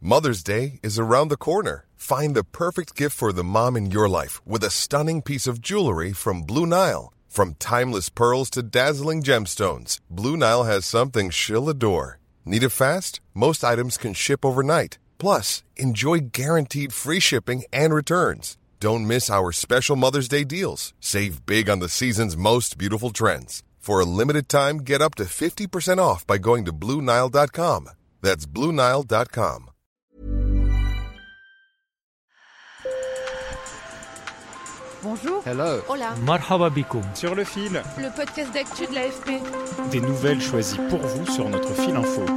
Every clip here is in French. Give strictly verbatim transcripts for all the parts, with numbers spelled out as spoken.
Mother's Day is around the corner. Find the perfect gift for the mom in your life with a stunning piece of jewelry from Blue Nile. From timeless pearls to dazzling gemstones, Blue Nile has something she'll adore. Need it fast? Most items can ship overnight. Plus, enjoy guaranteed free shipping and returns. Don't miss our special Mother's Day deals. Save big on the season's most beautiful trends. For a limited time, get up to fifty percent off by going to Blue Nile dot com. That's Blue Nile dot com. Bonjour. Hello. Hola. Marhaba bikoum. Sur le fil. Le podcast d'actu de l'A F P. Des nouvelles choisies pour vous sur notre fil info.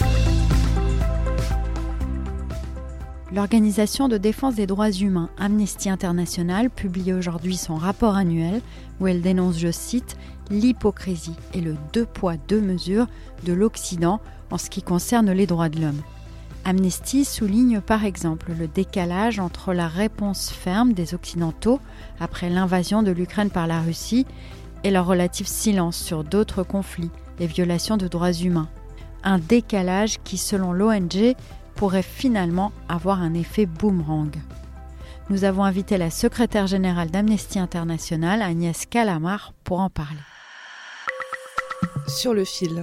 L'organisation de défense des droits humains Amnesty International publie aujourd'hui son rapport annuel où elle dénonce, je cite, l'hypocrisie et le deux poids deux mesures de l'Occident en ce qui concerne les droits de l'homme. Amnesty souligne par exemple le décalage entre la réponse ferme des Occidentaux après l'invasion de l'Ukraine par la Russie et leur relatif silence sur d'autres conflits et violations de droits humains. Un décalage qui, selon l'O N G, pourrait finalement avoir un effet boomerang. Nous avons invité la secrétaire générale d'Amnesty International, Agnès Callamard, pour en parler. Sur le fil.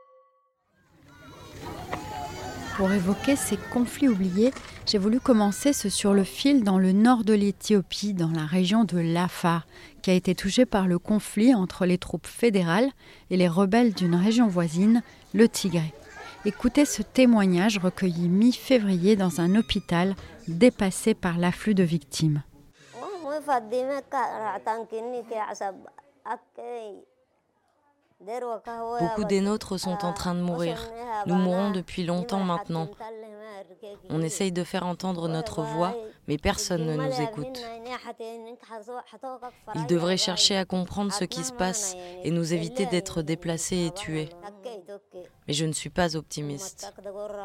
Pour évoquer ces conflits oubliés, j'ai voulu commencer ce Sur le fil dans le nord de l'Éthiopie, dans la région de l'Afar, qui a été touchée par le conflit entre les troupes fédérales et les rebelles d'une région voisine, le Tigré. Écoutez ce témoignage recueilli mi-février dans un hôpital dépassé par l'afflux de victimes. Beaucoup des nôtres sont en train de mourir. Nous mourons depuis longtemps maintenant. On essaye de faire entendre notre voix, mais personne ne nous écoute. Ils devraient chercher à comprendre ce qui se passe et nous éviter d'être déplacés et tués. Mais je ne suis pas optimiste.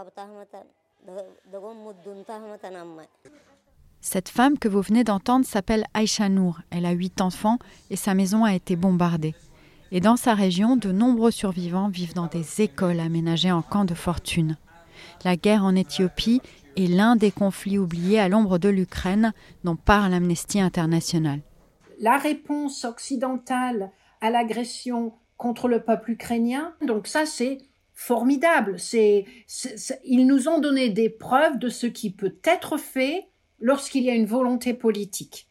Cette femme que vous venez d'entendre s'appelle Aïcha Nour. Elle a huit enfants et sa maison a été bombardée. Et dans sa région, de nombreux survivants vivent dans des écoles aménagées en camps de fortune. La guerre en Éthiopie est l'un des conflits oubliés à l'ombre de l'Ukraine dont parle Amnesty International. La réponse occidentale à l'agression contre le peuple ukrainien, donc ça c'est formidable. C'est, c'est, c'est, ils nous ont donné des preuves de ce qui peut être fait lorsqu'il y a une volonté politique.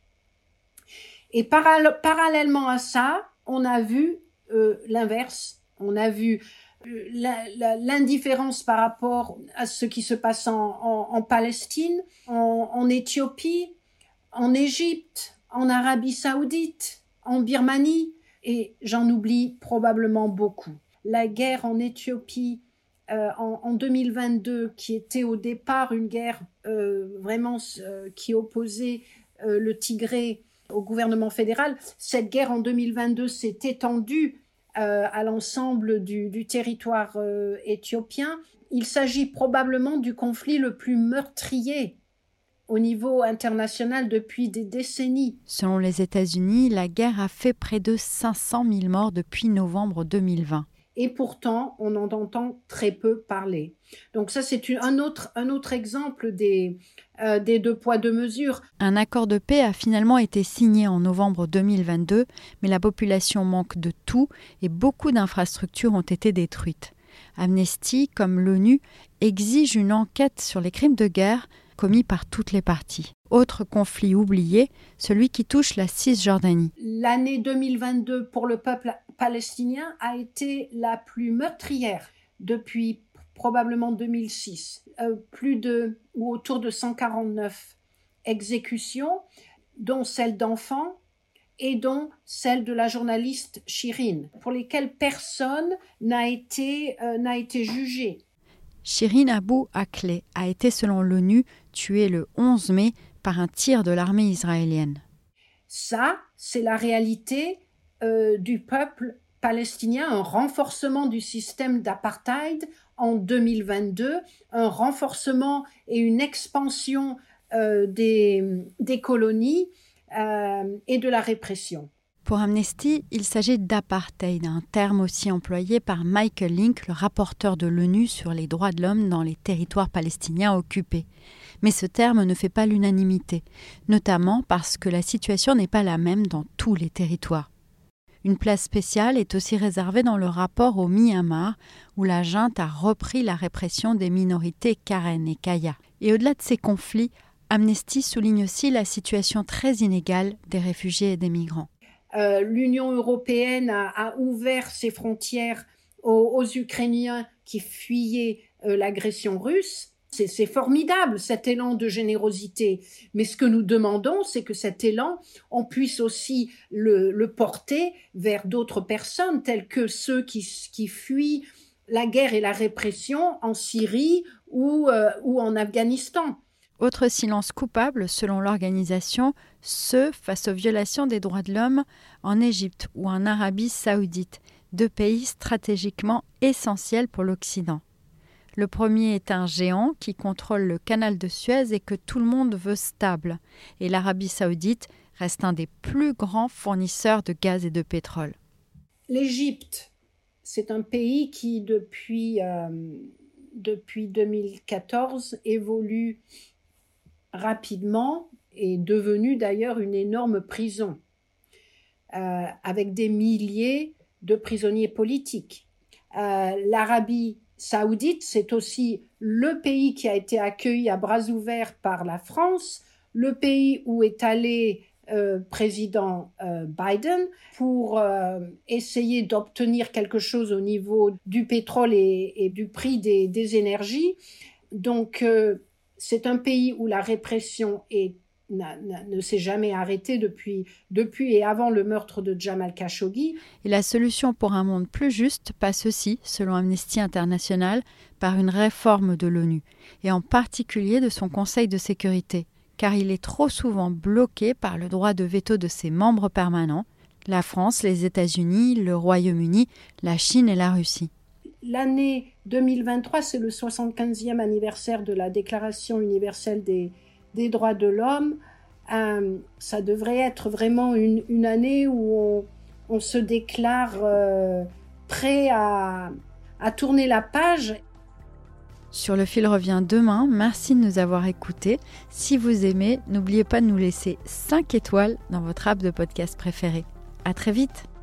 Et paral- parallèlement à ça, on a vu euh, l'inverse. On a vu euh, la, la, l'indifférence par rapport à ce qui se passe en, en, en Palestine, en, en Éthiopie, en Égypte, en Arabie Saoudite, en Birmanie, et j'en oublie probablement beaucoup. La guerre en Éthiopie euh, en, en deux mille vingt-deux, qui était au départ une guerre euh, vraiment euh, qui opposait euh, le Tigré au gouvernement fédéral, cette guerre en deux mille vingt-deux s'est étendue euh, à l'ensemble du, du territoire euh, éthiopien. Il s'agit probablement du conflit le plus meurtrier au niveau international depuis des décennies. Selon les États-Unis, la guerre a fait près de cinq cent mille morts depuis novembre deux mille vingt. Et pourtant, on en entend très peu parler. Donc ça, c'est une, un, autre, un autre exemple des, euh, des deux poids, deux mesures. Un accord de paix a finalement été signé en novembre deux mille vingt-deux, mais la population manque de tout et beaucoup d'infrastructures ont été détruites. Amnesty, comme l'ONU, exige une enquête sur les crimes de guerre commis par toutes les parties. Autre conflit oublié, celui qui touche la Cisjordanie. L'année deux mille vingt-deux pour le peuple palestinien a été la plus meurtrière depuis probablement deux mille six. Euh, plus de, ou autour de cent quarante-neuf exécutions, dont celle d'enfants et dont celle de la journaliste Shirin, pour lesquelles personne n'a été, euh, n'a été jugé. Shirin Abu Akleh a été, selon l'ONU, tuée le onze mai par un tir de l'armée israélienne. Ça, c'est la réalité euh, du peuple palestinien, un renforcement du système d'apartheid en deux mille vingt-deux, un renforcement et une expansion euh, des, des colonies euh, et de la répression. Pour Amnesty, il s'agit d'apartheid, un terme aussi employé par Michael Lynk, le rapporteur de l'ONU sur les droits de l'homme dans les territoires palestiniens occupés. Mais ce terme ne fait pas l'unanimité, notamment parce que la situation n'est pas la même dans tous les territoires. Une place spéciale est aussi réservée dans le rapport au Myanmar, où la junte a repris la répression des minorités Karen et Kaya. Et au-delà de ces conflits, Amnesty souligne aussi la situation très inégale des réfugiés et des migrants. Euh, L'Union européenne a, a ouvert ses frontières aux, aux Ukrainiens qui fuyaient euh, l'agression russe. C'est, c'est formidable, cet élan de générosité. Mais ce que nous demandons, c'est que cet élan, on puisse aussi le, le porter vers d'autres personnes, telles que ceux qui, qui fuient la guerre et la répression en Syrie ou, euh, ou en Afghanistan. Autre silence coupable, selon l'organisation, ceux face aux violations des droits de l'homme en Égypte ou en Arabie saoudite, deux pays stratégiquement essentiels pour l'Occident. Le premier est un géant qui contrôle le canal de Suez et que tout le monde veut stable. Et l'Arabie saoudite reste un des plus grands fournisseurs de gaz et de pétrole. L'Égypte, c'est un pays qui, depuis, euh, depuis deux mille quatorze, évolue rapidement, est devenu d'ailleurs une énorme prison, euh, avec des milliers de prisonniers politiques. Euh, L'Arabie saoudite, c'est aussi le pays qui a été accueilli à bras ouverts par la France, le pays où est allé euh, président euh, Biden pour euh, essayer d'obtenir quelque chose au niveau du pétrole et, et du prix des, des énergies. Donc, euh, c'est un pays où la répression est, n'a, n'a, ne s'est jamais arrêtée depuis, depuis et avant le meurtre de Jamal Khashoggi. Et la solution pour un monde plus juste passe aussi, selon Amnesty International, par une réforme de l'ONU, et en particulier de son Conseil de sécurité, car il est trop souvent bloqué par le droit de veto de ses membres permanents, la France, les États-Unis, le Royaume-Uni, la Chine et la Russie. L'année deux mille vingt-trois, c'est le soixante-quinzième anniversaire de la Déclaration universelle des, des droits de l'homme. Euh, ça devrait être vraiment une, une année où on, on se déclare euh, prêt à, à tourner la page. Sur le fil revient demain. Merci de nous avoir écoutés. Si vous aimez, n'oubliez pas de nous laisser cinq étoiles dans votre app de podcast préféré. À très vite.